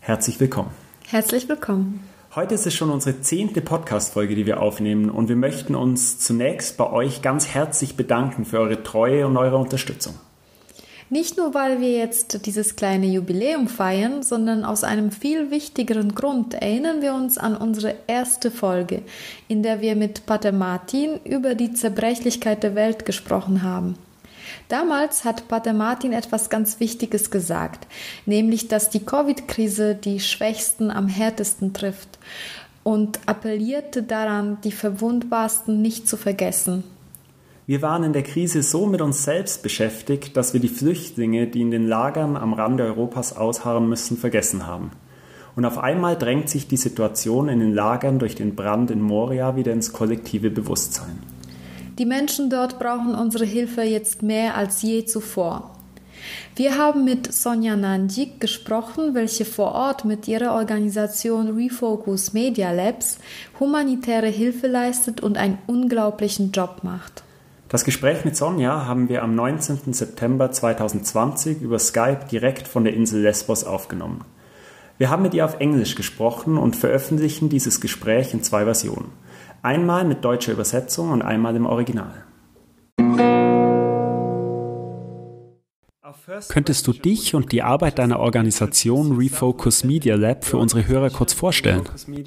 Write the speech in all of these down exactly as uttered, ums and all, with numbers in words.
Herzlich willkommen. Herzlich willkommen. Heute ist es schon unsere zehnte Podcast-Folge, die wir aufnehmen, und wir möchten uns zunächst bei euch ganz herzlich bedanken für eure Treue und eure Unterstützung. Nicht nur, weil wir jetzt dieses kleine Jubiläum feiern, sondern aus einem viel wichtigeren Grund erinnern wir uns an unsere erste Folge, in der wir mit Pater Martin über die Zerbrechlichkeit der Welt gesprochen haben. Damals hat Pater Martin etwas ganz Wichtiges gesagt, nämlich, dass die Covid-Krise die Schwächsten am härtesten trifft, und appellierte daran, die Verwundbarsten nicht zu vergessen. Wir waren in der Krise so mit uns selbst beschäftigt, dass wir die Flüchtlinge, die in den Lagern am Rande Europas ausharren müssen, vergessen haben. Und auf einmal drängt sich die Situation in den Lagern durch den Brand in Moria wieder ins kollektive Bewusstsein. Die Menschen dort brauchen unsere Hilfe jetzt mehr als je zuvor. Wir haben mit Sonja Nanjik gesprochen, welche vor Ort mit ihrer Organisation Refocus Media Labs humanitäre Hilfe leistet und einen unglaublichen Job macht. Das Gespräch mit Sonja haben wir am neunzehnten September zweitausendzwanzig über Skype direkt von der Insel Lesbos aufgenommen. Wir haben mit ihr auf Englisch gesprochen und veröffentlichen dieses Gespräch in zwei Versionen. Einmal mit deutscher Übersetzung und einmal im Original. Könntest du dich und die Arbeit deiner Organisation Refocus Media Lab für unsere Hörer kurz vorstellen?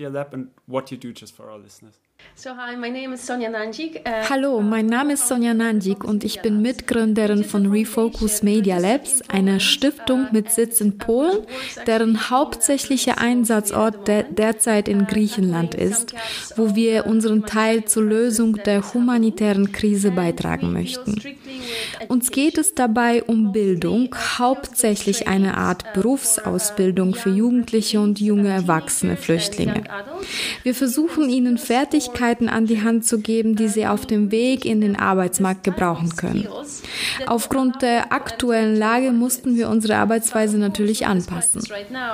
Hallo, mein Name ist Sonja Nanjik und ich bin Mitgründerin von Refocus Media Labs, einer Stiftung mit Sitz in Polen, deren hauptsächlicher Einsatzort der derzeit in Griechenland ist, wo wir unseren Teil zur Lösung der humanitären Krise beitragen möchten. Uns geht es dabei um Bildung, hauptsächlich eine Art Berufsausbildung für Jugendliche und junge erwachsene Flüchtlinge. Wir versuchen ihnen Fertigkeiten an die Hand zu geben, die sie auf dem Weg in den Arbeitsmarkt gebrauchen können. Aufgrund der aktuellen Lage mussten wir unsere Arbeitsweise natürlich anpassen.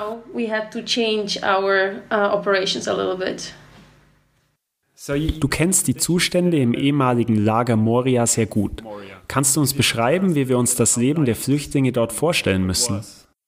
Du kennst die Zustände im ehemaligen Lager Moria sehr gut. Kannst du uns beschreiben, wie wir uns das Leben der Flüchtlinge dort vorstellen müssen?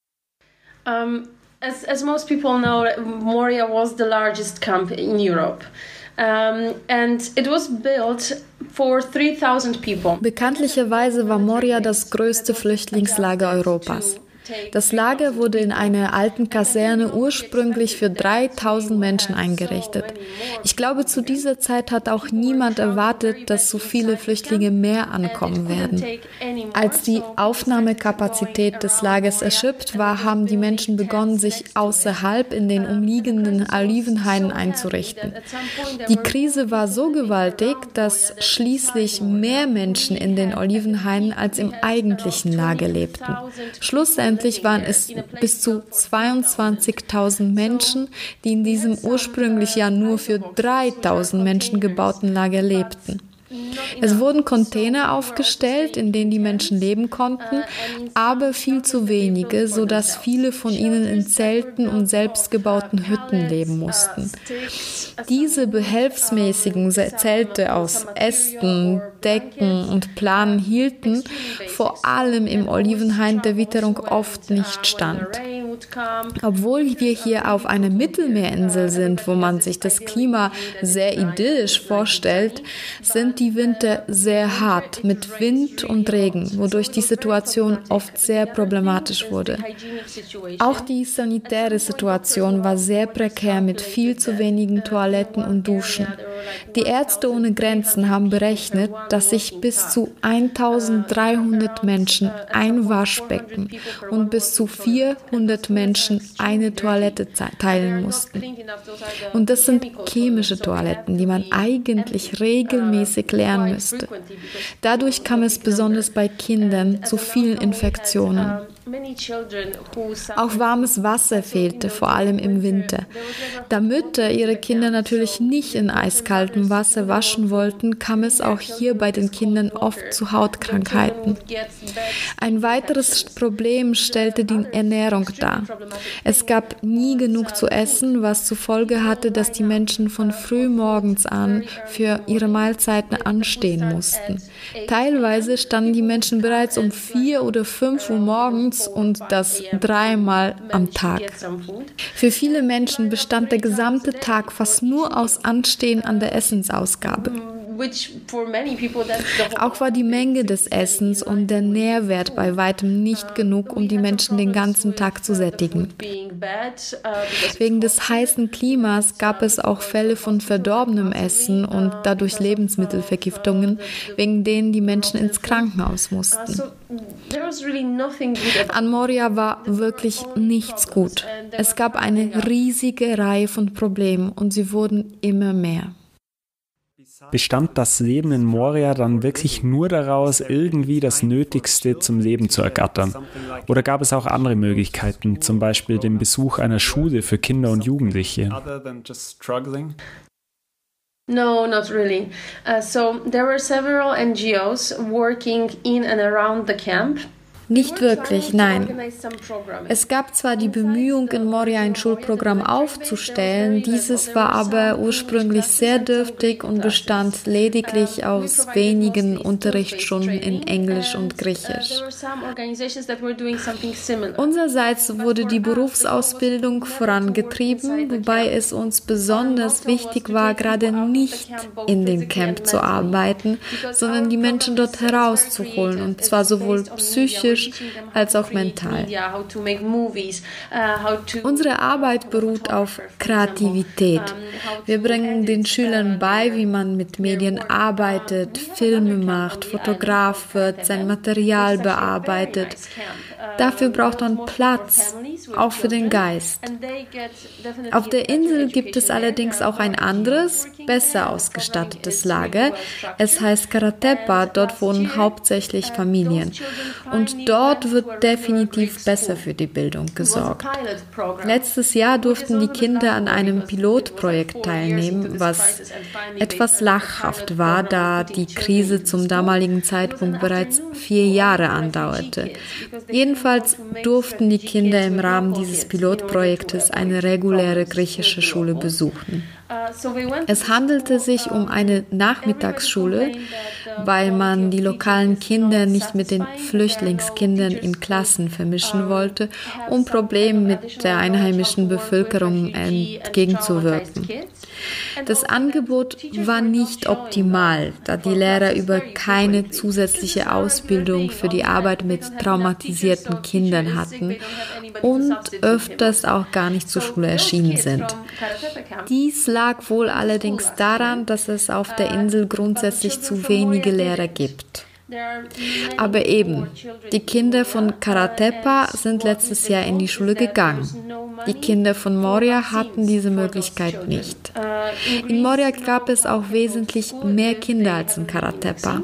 Um, as, as most people know, Moria was the largest camp in Europe. Um, and it was built for three thousand people. Bekanntlicherweise war Moria das größte Flüchtlingslager Europas. Das Lager wurde in einer alten Kaserne ursprünglich für dreitausend Menschen eingerichtet. Ich glaube, zu dieser Zeit hat auch niemand erwartet, dass so viele Flüchtlinge mehr ankommen werden. Als die Aufnahmekapazität des Lagers erschöpft war, haben die Menschen begonnen, sich außerhalb in den umliegenden Olivenhainen einzurichten. Die Krise war so gewaltig, dass schließlich mehr Menschen in den Olivenhainen als im eigentlichen Lager lebten. Schlussendlich waren es bis zu zweiundzwanzigtausend Menschen, die in diesem ursprünglich ja nur für dreitausend Menschen gebauten Lager lebten. Es wurden Container aufgestellt, in denen die Menschen leben konnten, aber viel zu wenige, sodass viele von ihnen in Zelten und selbstgebauten Hütten leben mussten. Diese behelfsmäßigen Zelte aus Ästen, Decken und Planen hielten, vor allem im Olivenhain der Witterung oft nicht stand. Obwohl wir hier auf einer Mittelmeerinsel sind, wo man sich das Klima sehr idyllisch vorstellt, sind die Winter sehr hart mit Wind und Regen, wodurch die Situation oft sehr problematisch wurde. Auch die sanitäre Situation war sehr prekär mit viel zu wenigen Toiletten und Duschen. Die Ärzte ohne Grenzen haben berechnet, dass sich bis zu eintausenddreihundert Menschen ein Waschbecken und bis zu vierhundert Menschen eine Toilette teilen mussten. Und das sind chemische Toiletten, die man eigentlich regelmäßig leeren müsste. Dadurch kam es besonders bei Kindern zu vielen Infektionen. Auch warmes Wasser fehlte, vor allem im Winter. Da Mütter ihre Kinder natürlich nicht in eiskaltem Wasser waschen wollten, kam es auch hier bei den Kindern oft zu Hautkrankheiten. Ein weiteres Problem stellte die Ernährung dar. Es gab nie genug zu essen, was zur Folge hatte, dass die Menschen von frühmorgens an für ihre Mahlzeiten anstehen mussten. Teilweise standen die Menschen bereits um vier oder fünf Uhr morgens morgens und das dreimal am Tag. Für viele Menschen bestand der gesamte Tag fast nur aus Anstehen an der Essensausgabe. Auch war die Menge des Essens und der Nährwert bei weitem nicht genug, um die Menschen den ganzen Tag zu sättigen. Wegen des heißen Klimas gab es auch Fälle von verdorbenem Essen und dadurch Lebensmittelvergiftungen, wegen denen die Menschen ins Krankenhaus mussten. An Moria war wirklich nichts gut. Es gab eine riesige Reihe von Problemen und sie wurden immer mehr. Bestand das Leben in Moria dann wirklich nur daraus, irgendwie das Nötigste zum Leben zu ergattern? Oder gab es auch andere Möglichkeiten, zum Beispiel den Besuch einer Schule für Kinder und Jugendliche? No, not really. Uh, so there were several N G Os working in and around the camp. Nicht wirklich, nein. Es gab zwar die Bemühung, in Moria ein Schulprogramm aufzustellen, dieses war aber ursprünglich sehr dürftig und bestand lediglich aus wenigen Unterrichtsstunden in Englisch und Griechisch. Unsererseits wurde die Berufsausbildung vorangetrieben, wobei es uns besonders wichtig war, gerade nicht in dem Camp zu arbeiten, sondern die Menschen dort herauszuholen, und zwar sowohl psychisch als auch mental. Unsere Arbeit beruht auf Kreativität. Wir bringen den Schülern bei, wie man mit Medien arbeitet, Filme macht, Fotograf wird, sein Material bearbeitet. Dafür braucht man Platz, auch für den Geist. Auf der Insel gibt es allerdings auch ein anderes, besser ausgestattetes Lager. Es heißt Karatepa, dort wohnen hauptsächlich Familien. Und dort wird definitiv besser für die Bildung gesorgt. Letztes Jahr durften die Kinder an einem Pilotprojekt teilnehmen, was etwas lachhaft war, da die Krise zum damaligen Zeitpunkt bereits vier Jahre andauerte. Jedenfalls durften die Kinder im Rahmen dieses Pilotprojektes eine reguläre griechische Schule besuchen. Es handelte sich um eine Nachmittagsschule, weil man die lokalen Kinder nicht mit den Flüchtlingskindern in Klassen vermischen wollte, um Problemen mit der einheimischen Bevölkerung entgegenzuwirken. Das Angebot war nicht optimal, da die Lehrer über keine zusätzliche Ausbildung für die Arbeit mit traumatisierten Kindern hatten und öfters auch gar nicht zur Schule erschienen sind. Dies lag wohl allerdings daran, dass es auf der Insel grundsätzlich zu wenige Lehrer gibt. Aber eben, die Kinder von Karatepa sind letztes Jahr in die Schule gegangen. Die Kinder von Moria hatten diese Möglichkeit nicht. In Moria gab es auch wesentlich mehr Kinder als in Karatepa.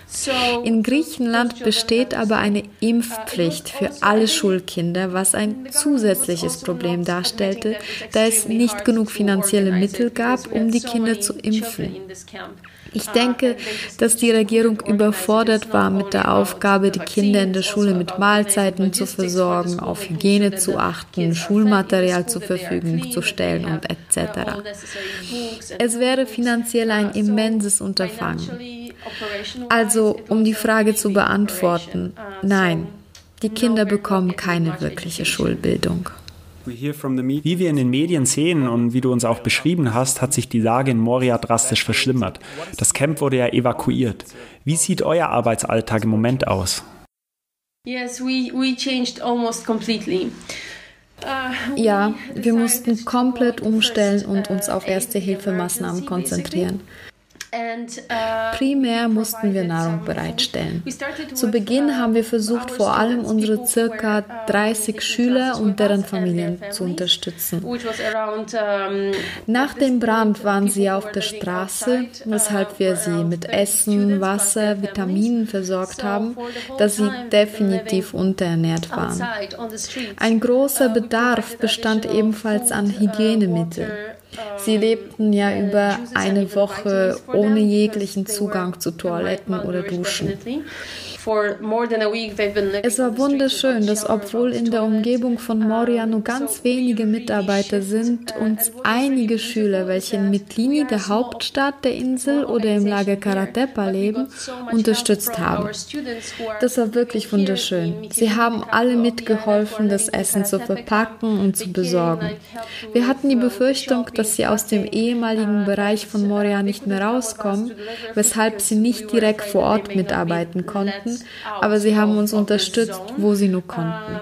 In Griechenland besteht aber eine Impfpflicht für alle Schulkinder, was ein zusätzliches Problem darstellte, da es nicht genug finanzielle Mittel gab, um die Kinder zu impfen. Ich denke, dass die Regierung überfordert war mit der Aufgabe, die Kinder in der Schule mit Mahlzeiten zu versorgen, auf Hygiene zu achten, Schulmaterial zur Verfügung zu stellen und et cetera. Es wäre finanziell ein immenses Unterfangen. Also, um die Frage zu beantworten, nein, die Kinder bekommen keine wirkliche Schulbildung. Wie wir in den Medien sehen und wie du uns auch beschrieben hast, hat sich die Lage in Moria drastisch verschlimmert. Das Camp wurde ja evakuiert. Wie sieht euer Arbeitsalltag im Moment aus? Ja, wir mussten komplett umstellen und uns auf Erste-Hilfe-Maßnahmen konzentrieren. Primär mussten wir Nahrung bereitstellen. Zu Beginn haben wir versucht, vor allem unsere circa dreißig Schüler und deren Familien zu unterstützen. Nach dem Brand waren sie auf der Straße, weshalb wir sie mit Essen, Wasser, Vitaminen versorgt haben, da sie definitiv unterernährt waren. Ein großer Bedarf bestand ebenfalls an Hygienemitteln. Sie lebten ja über eine Woche ohne jeglichen Zugang zu Toiletten oder Duschen. Es war wunderschön, dass obwohl in der Umgebung von Moria nur ganz wenige Mitarbeiter sind, uns einige Schüler, welche in Mytilini, der Hauptstadt der Insel, oder im Lager Karatepe leben, unterstützt haben. Das war wirklich wunderschön. Sie haben alle mitgeholfen, das Essen zu verpacken und zu besorgen. Wir hatten die Befürchtung, dass sie aus dem ehemaligen Bereich von Moria nicht mehr rauskommen, weshalb sie nicht direkt vor Ort mitarbeiten konnten, aber sie haben uns unterstützt, wo sie nur konnten.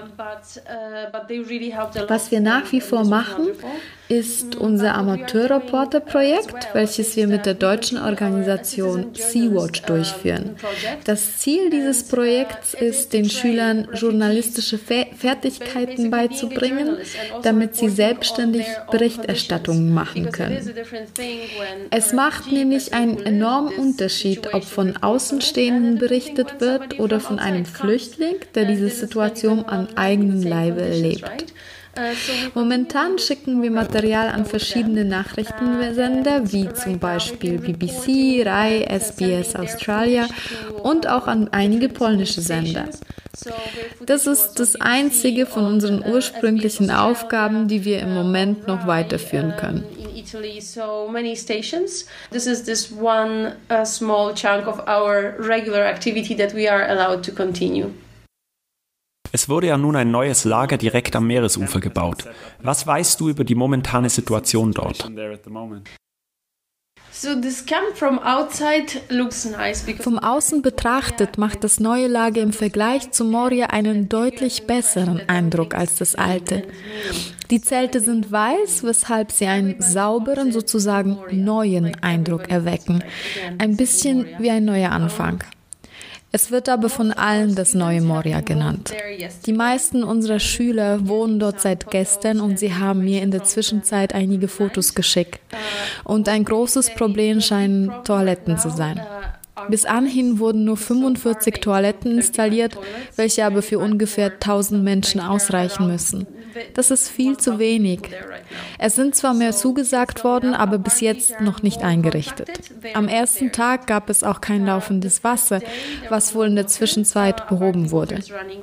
Was wir nach wie vor machen, ist unser Amateurreporter-Projekt, welches wir mit der deutschen Organisation Sea-Watch durchführen. Das Ziel dieses Projekts ist, den Schülern journalistische Fertigkeiten beizubringen, damit sie selbstständig Berichterstattungen machen können. Es macht nämlich einen enormen Unterschied, ob von Außenstehenden berichtet wird oder von einem Flüchtling, der diese Situation am eigenen Leibe erlebt. Momentan schicken wir Material an verschiedene Nachrichtensender, wie zum Beispiel B B C, R A I, S B S Australia und auch an einige polnische Sender. Das ist das einzige von unseren ursprünglichen Aufgaben, die wir im Moment noch weiterführen können. So many stations. This is this one uh, small chunk of our regular activity that we are allowed to continue. Es wurde ja nun ein neues Lager direkt am Meeresufer gebaut. Was weißt du über die momentane Situation dort? Vom Außen betrachtet macht das neue Lager im Vergleich zu Moria einen deutlich besseren Eindruck als das alte. Die Zelte sind weiß, weshalb sie einen sauberen, sozusagen neuen Eindruck erwecken. Ein bisschen wie ein neuer Anfang. Es wird aber von allen das neue Moria genannt. Die meisten unserer Schüler wohnen dort seit gestern und sie haben mir in der Zwischenzeit einige Fotos geschickt. Und ein großes Problem scheinen Toiletten zu sein. Bis anhin wurden nur fünfundvierzig Toiletten installiert, welche aber für ungefähr tausend Menschen ausreichen müssen. Das ist viel zu wenig. Es sind zwar mehr zugesagt worden, aber bis jetzt noch nicht eingerichtet. Am ersten Tag gab es auch kein laufendes Wasser, was wohl in der Zwischenzeit behoben wurde.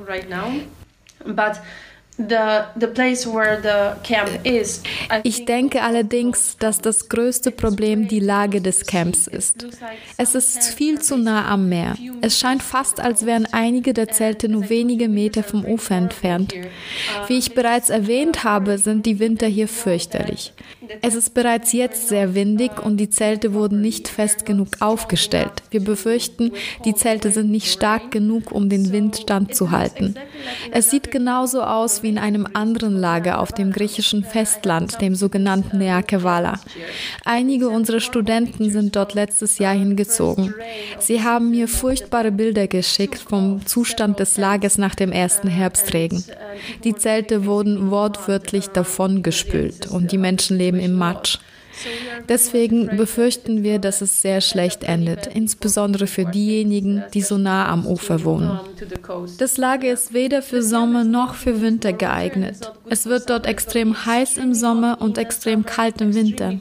Ich denke allerdings, dass das größte Problem die Lage des Camps ist. Es ist viel zu nah am Meer. Es scheint fast, als wären einige der Zelte nur wenige Meter vom Ufer entfernt. Wie ich bereits erwähnt habe, sind die Winter hier fürchterlich. Es ist bereits jetzt sehr windig und die Zelte wurden nicht fest genug aufgestellt. Wir befürchten, die Zelte sind nicht stark genug, um den Wind standzuhalten. Es sieht genauso aus wie in einem anderen Lager auf dem griechischen Festland, dem sogenannten Nea Kavala. Einige unserer Studenten sind dort letztes Jahr hingezogen. Sie haben mir furchtbare Bilder geschickt vom Zustand des Lagers nach dem ersten Herbstregen. Die Zelte wurden wortwörtlich davongespült und die Menschen leben im Matsch. Deswegen befürchten wir, dass es sehr schlecht endet, insbesondere für diejenigen, die so nah am Ufer wohnen. Das Lager ist weder für Sommer noch für Winter geeignet. Es wird dort extrem heiß im Sommer und extrem kalt im Winter.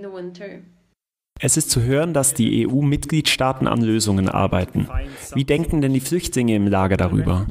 Es ist zu hören, dass die E U-Mitgliedstaaten an Lösungen arbeiten. Wie denken denn die Flüchtlinge im Lager darüber?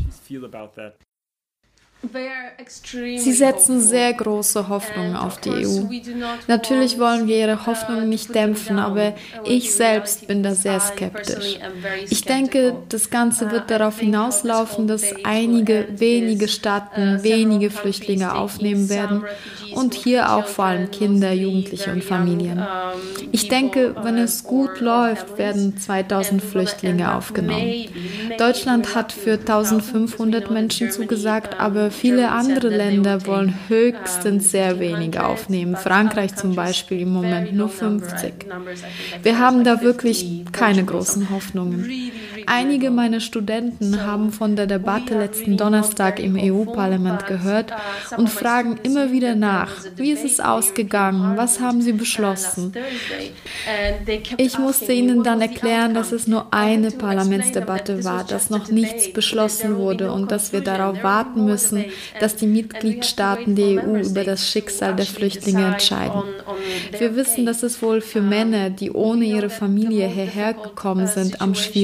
Sie setzen sehr große Hoffnungen auf die E U. Natürlich wollen wir ihre Hoffnungen nicht dämpfen, aber ich selbst bin da sehr skeptisch. Ich denke, das Ganze wird darauf hinauslaufen, dass einige wenige Staaten wenige Flüchtlinge aufnehmen werden und hier auch vor allem Kinder, Jugendliche und Familien. Ich denke, wenn es gut läuft, werden zweitausend Flüchtlinge aufgenommen. Deutschland hat für eintausendfünfhundert Menschen zugesagt, aber viele andere Länder wollen höchstens sehr wenige aufnehmen. Frankreich zum Beispiel im Moment nur fünfzig. Wir haben da wirklich keine großen Hoffnungen. Einige meiner Studenten haben von der Debatte letzten Donnerstag im E U-Parlament gehört und fragen immer wieder nach, wie ist es ausgegangen, was haben sie beschlossen. Ich musste ihnen dann erklären, dass es nur eine Parlamentsdebatte war, dass noch nichts beschlossen wurde und dass wir darauf warten müssen, dass die Mitgliedstaaten der E U über das Schicksal der Flüchtlinge entscheiden. Wir wissen, dass es wohl für Männer, die ohne ihre Familie hierher gekommen sind, am schwierigsten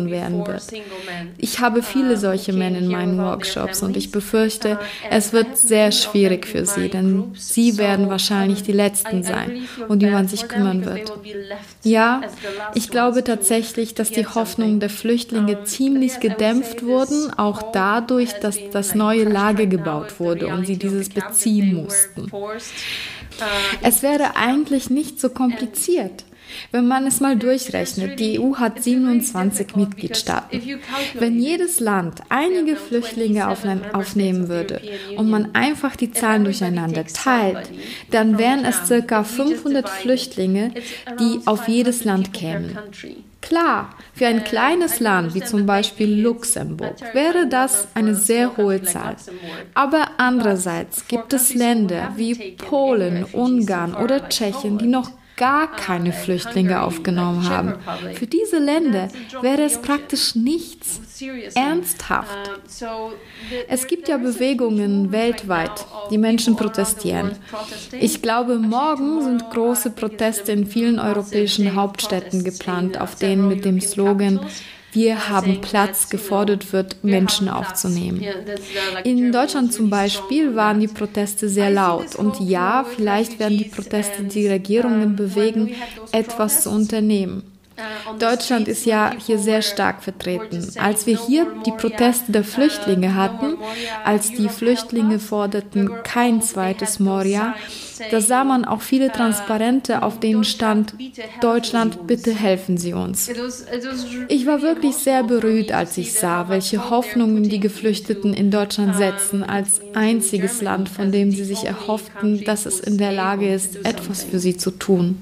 geboren werden wird. Ich habe viele solche Männer in meinen Workshops und ich befürchte, es wird sehr schwierig für sie, denn sie werden wahrscheinlich die Letzten sein, um die man sich kümmern wird. Ja, ich glaube tatsächlich, dass die Hoffnungen der Flüchtlinge ziemlich gedämpft wurden, auch dadurch, dass das neue Lager gebaut wurde und sie dieses beziehen mussten. Es wäre eigentlich nicht so kompliziert. Wenn man es mal durchrechnet, die E U hat siebenundzwanzig Mitgliedstaaten. Wenn jedes Land einige Flüchtlinge aufnehmen würde und man einfach die Zahlen durcheinander teilt, dann wären es ca. fünfhundert Flüchtlinge, die auf jedes Land kämen. Klar, für ein kleines Land wie zum Beispiel Luxemburg wäre das eine sehr hohe Zahl. Aber andererseits gibt es Länder wie Polen, Ungarn oder Tschechien, die noch gar keine Flüchtlinge aufgenommen haben. Für diese Länder wäre es praktisch nichts. Ernsthaft. Es gibt ja Bewegungen weltweit, die Menschen protestieren. Ich glaube, morgen sind große Proteste in vielen europäischen Hauptstädten geplant, auf denen mit dem Slogan „Wir haben Platz" gefordert wird, Menschen aufzunehmen. In Deutschland zum Beispiel waren die Proteste sehr laut. Und ja, vielleicht werden die Proteste die Regierungen bewegen, etwas zu unternehmen. Deutschland ist ja hier sehr stark vertreten. Als wir hier die Proteste der Flüchtlinge hatten, als die Flüchtlinge forderten kein zweites Moria, da sah man auch viele Transparente, auf denen stand: Deutschland, bitte helfen Sie uns. Ich war wirklich sehr berührt, als ich sah, welche Hoffnungen die Geflüchteten in Deutschland setzen, als einziges Land, von dem sie sich erhofften, dass es in der Lage ist, etwas für sie zu tun.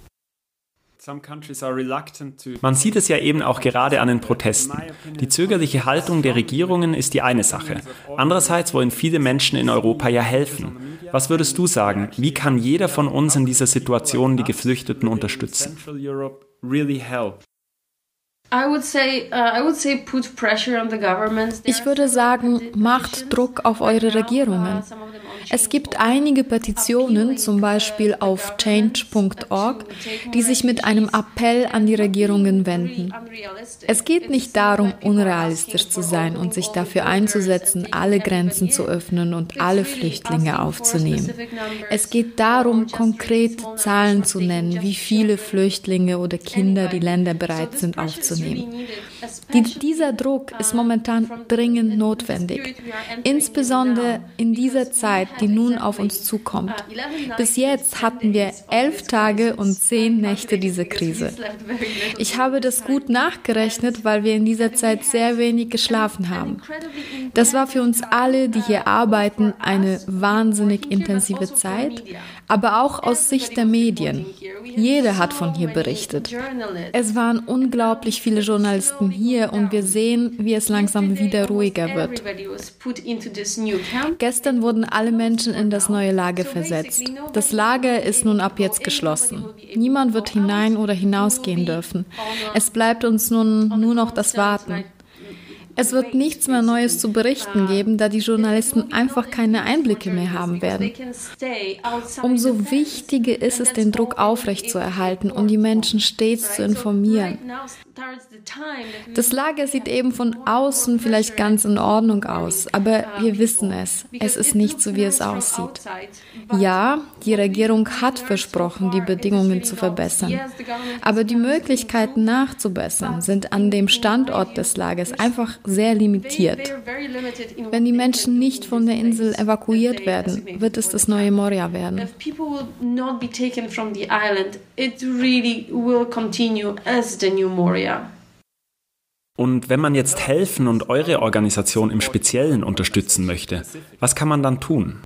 Man sieht es ja eben auch gerade an den Protesten. Die zögerliche Haltung der Regierungen ist die eine Sache. Andererseits wollen viele Menschen in Europa ja helfen. Was würdest du sagen? Wie kann jeder von uns in dieser Situation die Geflüchteten unterstützen? Ich würde sagen, macht Druck auf eure Regierungen. Es gibt einige Petitionen, zum Beispiel auf change punkt org, die sich mit einem Appell an die Regierungen wenden. Es geht nicht darum, unrealistisch zu sein und sich dafür einzusetzen, alle Grenzen zu öffnen und alle Flüchtlinge aufzunehmen. Es geht darum, konkret Zahlen zu nennen, wie viele Flüchtlinge oder Kinder die Länder bereit sind aufzunehmen. Die, dieser Druck ist momentan dringend notwendig, insbesondere in dieser Zeit, die nun auf uns zukommt. Bis jetzt hatten wir elf Tage und zehn Nächte diese Krise. Ich habe das gut nachgerechnet, weil wir in dieser Zeit sehr wenig geschlafen haben. Das war für uns alle, die hier arbeiten, eine wahnsinnig intensive Zeit, aber auch aus Sicht der Medien. Jeder hat von hier berichtet. Es waren unglaublich viele Journalisten hier und wir sehen, wie es langsam wieder ruhiger wird. Gestern wurden alle Menschen in das neue Lager versetzt. Das Lager ist nun ab jetzt geschlossen. Niemand wird hinein oder hinausgehen dürfen. Es bleibt uns nun nur noch das Warten. Es wird nichts mehr Neues zu berichten geben, da die Journalisten einfach keine Einblicke mehr haben werden. Umso wichtiger ist es, den Druck aufrechtzuerhalten und die Menschen stets zu informieren. Das Lager sieht eben von außen vielleicht ganz in Ordnung aus, aber wir wissen es, es ist nicht so, wie es aussieht. Ja, die Regierung hat versprochen, die Bedingungen zu verbessern, aber die Möglichkeiten nachzubessern sind an dem Standort des Lagers einfach sehr limitiert. Wenn die Menschen nicht von der Insel evakuiert werden, wird es das neue Moria werden. Und wenn man jetzt helfen und eure Organisation im Speziellen unterstützen möchte, was kann man dann tun?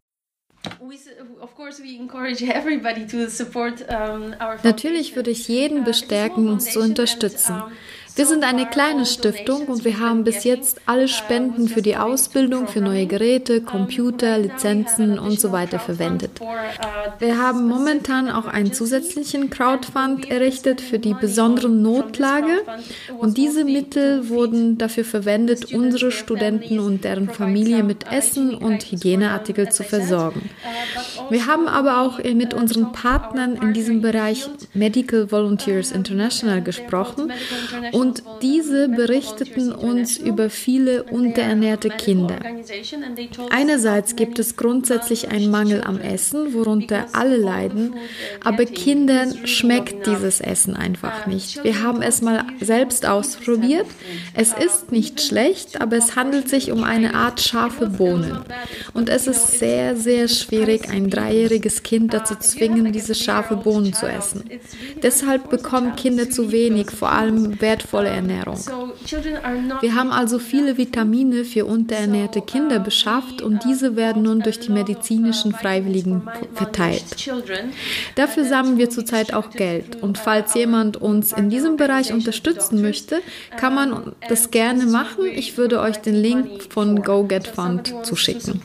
Natürlich würde ich jeden bestärken, uns zu unterstützen. Wir sind eine kleine Stiftung und wir haben bis jetzt alle Spenden für die Ausbildung, für neue Geräte, Computer, Lizenzen und so weiter verwendet. Wir haben momentan auch einen zusätzlichen Crowdfund errichtet für die besonderen Notlage und diese Mittel wurden dafür verwendet, unsere Studenten und deren Familie mit Essen und Hygieneartikel zu versorgen. Wir haben aber auch mit unseren Partnern in diesem Bereich Medical Volunteers International gesprochen und Und diese berichteten uns über viele unterernährte Kinder. Einerseits gibt es grundsätzlich einen Mangel am Essen, worunter alle leiden, aber Kindern schmeckt dieses Essen einfach nicht. Wir haben es mal selbst ausprobiert. Es ist nicht schlecht, aber es handelt sich um eine Art scharfe Bohnen. Und es ist sehr, sehr schwierig, ein dreijähriges Kind dazu zu zwingen, diese scharfe Bohnen zu essen. Deshalb bekommen Kinder zu wenig, vor allem wertvolle Ernährung. Wir haben also viele Vitamine für unterernährte Kinder beschafft und diese werden nun durch die medizinischen Freiwilligen verteilt. Dafür sammeln wir zurzeit auch Geld und falls jemand uns in diesem Bereich unterstützen möchte, kann man das gerne machen. Ich würde euch den Link von GoGetFund zuschicken.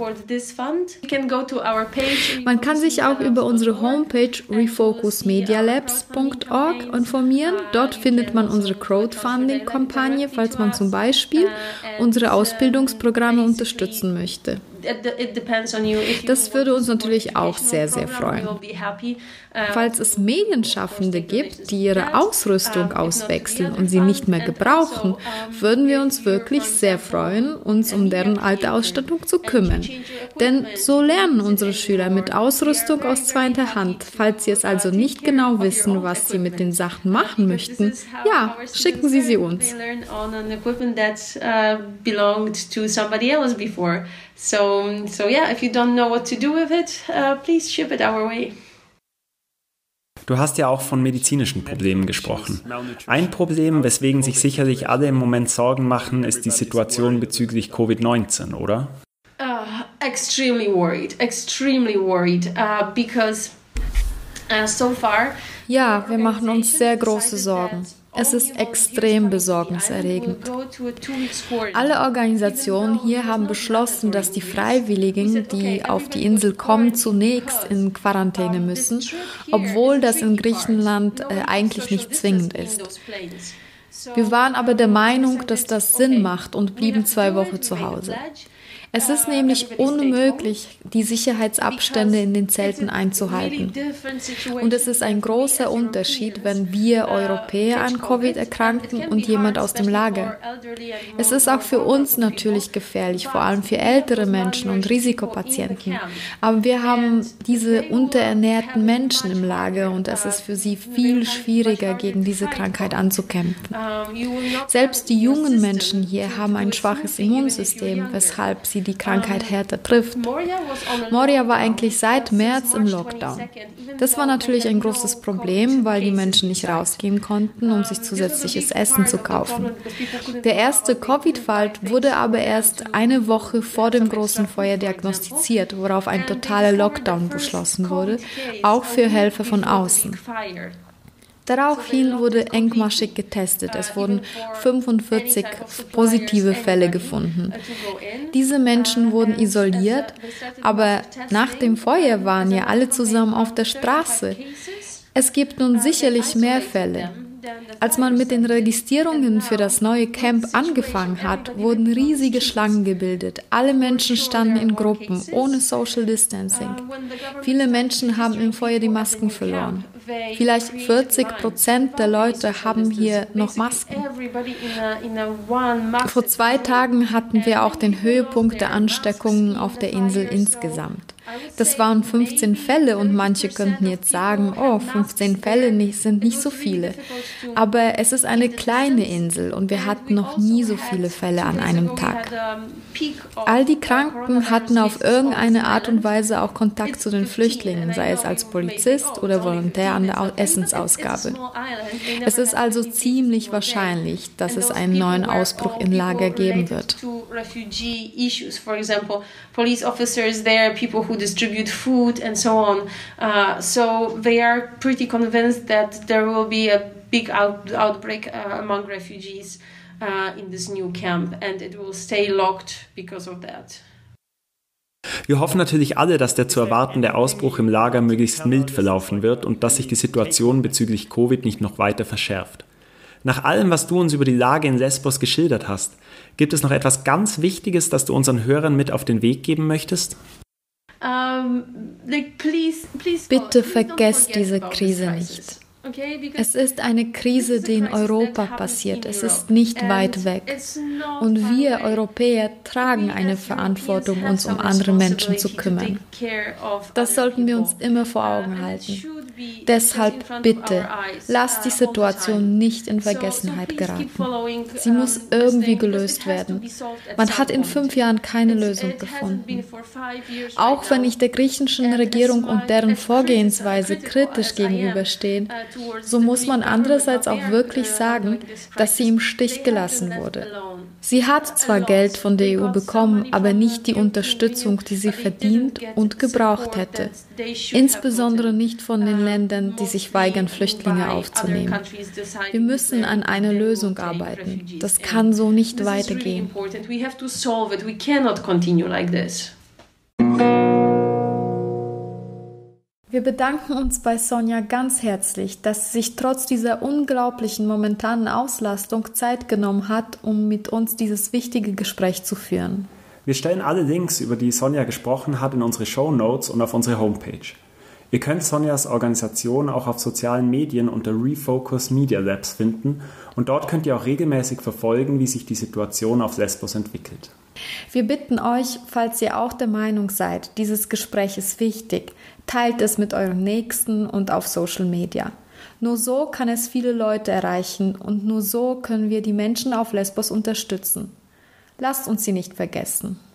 Man kann sich auch über unsere Homepage refocus media labs punkt org informieren. Dort findet man unsere Crowdfunding-Kampagne, falls man zum Beispiel unsere Ausbildungsprogramme unterstützen möchte. Das würde uns natürlich auch sehr, sehr freuen. Falls es Medienschaffende gibt, die ihre Ausrüstung auswechseln und sie nicht mehr gebrauchen, würden wir uns wirklich sehr freuen, uns um deren alte Ausstattung zu kümmern. Denn so lernen unsere Schüler mit Ausrüstung aus zweiter Hand. Falls sie es also nicht genau wissen, was sie mit den Sachen machen möchten, ja, schicken Sie sie uns. So, so yeah, if you don't know what to do with it, uh, please ship it our way. Du hast ja auch von medizinischen Problemen gesprochen. Ein Problem, weswegen sich sicherlich alle im Moment Sorgen machen, ist die Situation bezüglich Covid neunzehn, oder? Uh, extremely worried, extremely worried, uh, because uh, so far... Ja, wir machen uns sehr große Sorgen. Es ist extrem besorgniserregend. Alle Organisationen hier haben beschlossen, dass die Freiwilligen, die auf die Insel kommen, zunächst in Quarantäne müssen, obwohl das in Griechenland äh, eigentlich nicht zwingend ist. Wir waren aber der Meinung, dass das Sinn macht und blieben zwei Wochen zu Hause. Es ist nämlich unmöglich, die Sicherheitsabstände in den Zelten einzuhalten. Und es ist ein großer Unterschied, wenn wir Europäer an Covid erkranken und jemand aus dem Lager. Es ist auch für uns natürlich gefährlich, vor allem für ältere Menschen und Risikopatienten. Aber wir haben diese unterernährten Menschen im Lager und es ist für sie viel schwieriger, gegen diese Krankheit anzukämpfen. Selbst die jungen Menschen hier haben ein schwaches Immunsystem, weshalb sie die Krankheit härter trifft. Moria war eigentlich seit März im Lockdown. Das war natürlich ein großes Problem, weil die Menschen nicht rausgehen konnten, um sich zusätzliches Essen zu kaufen. Der erste Covid-Fall wurde aber erst eine Woche vor dem großen Feuer diagnostiziert, worauf ein totaler Lockdown beschlossen wurde, auch für Helfer von außen. Daraufhin wurde engmaschig getestet. Es wurden fünfundvierzig positive Fälle gefunden. Diese Menschen wurden isoliert, aber nach dem Feuer waren ja alle zusammen auf der Straße. Es gibt nun sicherlich mehr Fälle. Als man mit den Registrierungen für das neue Camp angefangen hat, wurden riesige Schlangen gebildet. Alle Menschen standen in Gruppen, ohne Social Distancing. Viele Menschen haben im Feuer die Masken verloren. Vielleicht vierzig Prozent der Leute haben hier noch Masken. Vor zwei Tagen hatten wir auch den Höhepunkt der Ansteckungen auf der Insel insgesamt. Das waren fünfzehn Fälle und manche könnten jetzt sagen, oh, fünfzehn Fälle nicht, sind nicht so viele. Aber es ist eine kleine Insel und wir hatten noch nie so viele Fälle an einem Tag. All die Kranken hatten auf irgendeine Art und Weise auch Kontakt zu den Flüchtlingen, sei es als Polizist oder Volontär an der Essensausgabe. Es ist also ziemlich wahrscheinlich, dass es einen neuen Ausbruch im Lager geben wird. Police officers there, people who distribute food and so on. Uh, so they are pretty convinced that there will be a big out outbreak uh, among refugees uh, in this new camp and it will stay locked because of that. Wir hoffen natürlich alle, dass der zu erwartende Ausbruch im Lager möglichst mild verlaufen wird und dass sich die Situation bezüglich Covid nicht noch weiter verschärft. Nach allem, was du uns über die Lage in Lesbos geschildert hast, gibt es noch etwas ganz Wichtiges, das du unseren Hörern mit auf den Weg geben möchtest? Bitte vergesst diese Krise nicht. Es ist eine Krise, die in Europa passiert. Es ist nicht weit weg. Und wir Europäer tragen eine Verantwortung, uns um andere Menschen zu kümmern. Das sollten wir uns immer vor Augen halten. Deshalb bitte, lasst die Situation nicht in Vergessenheit geraten. Sie muss irgendwie gelöst werden. Man hat in fünf Jahren keine Lösung gefunden. Auch wenn ich der griechischen Regierung und deren Vorgehensweise kritisch gegenüberstehe, so muss man andererseits auch wirklich sagen, dass sie im Stich gelassen wurde. Sie hat zwar Geld von der E U bekommen, aber nicht die Unterstützung, die sie verdient und gebraucht hätte. Insbesondere nicht von den Ländern, die sich weigern, Flüchtlinge aufzunehmen. Wir müssen an einer Lösung arbeiten. Das kann so nicht weitergehen. Wir bedanken uns bei Sonja ganz herzlich, dass sie sich trotz dieser unglaublichen momentanen Auslastung Zeit genommen hat, um mit uns dieses wichtige Gespräch zu führen. Wir stellen alle Links, über die Sonja gesprochen hat, in unsere Shownotes und auf unsere Homepage. Ihr könnt Sonjas Organisation auch auf sozialen Medien unter Refocus Media Labs finden und dort könnt ihr auch regelmäßig verfolgen, wie sich die Situation auf Lesbos entwickelt. Wir bitten euch, falls ihr auch der Meinung seid, dieses Gespräch ist wichtig, teilt es mit euren Nächsten und auf Social Media. Nur so kann es viele Leute erreichen und nur so können wir die Menschen auf Lesbos unterstützen. Lasst uns sie nicht vergessen.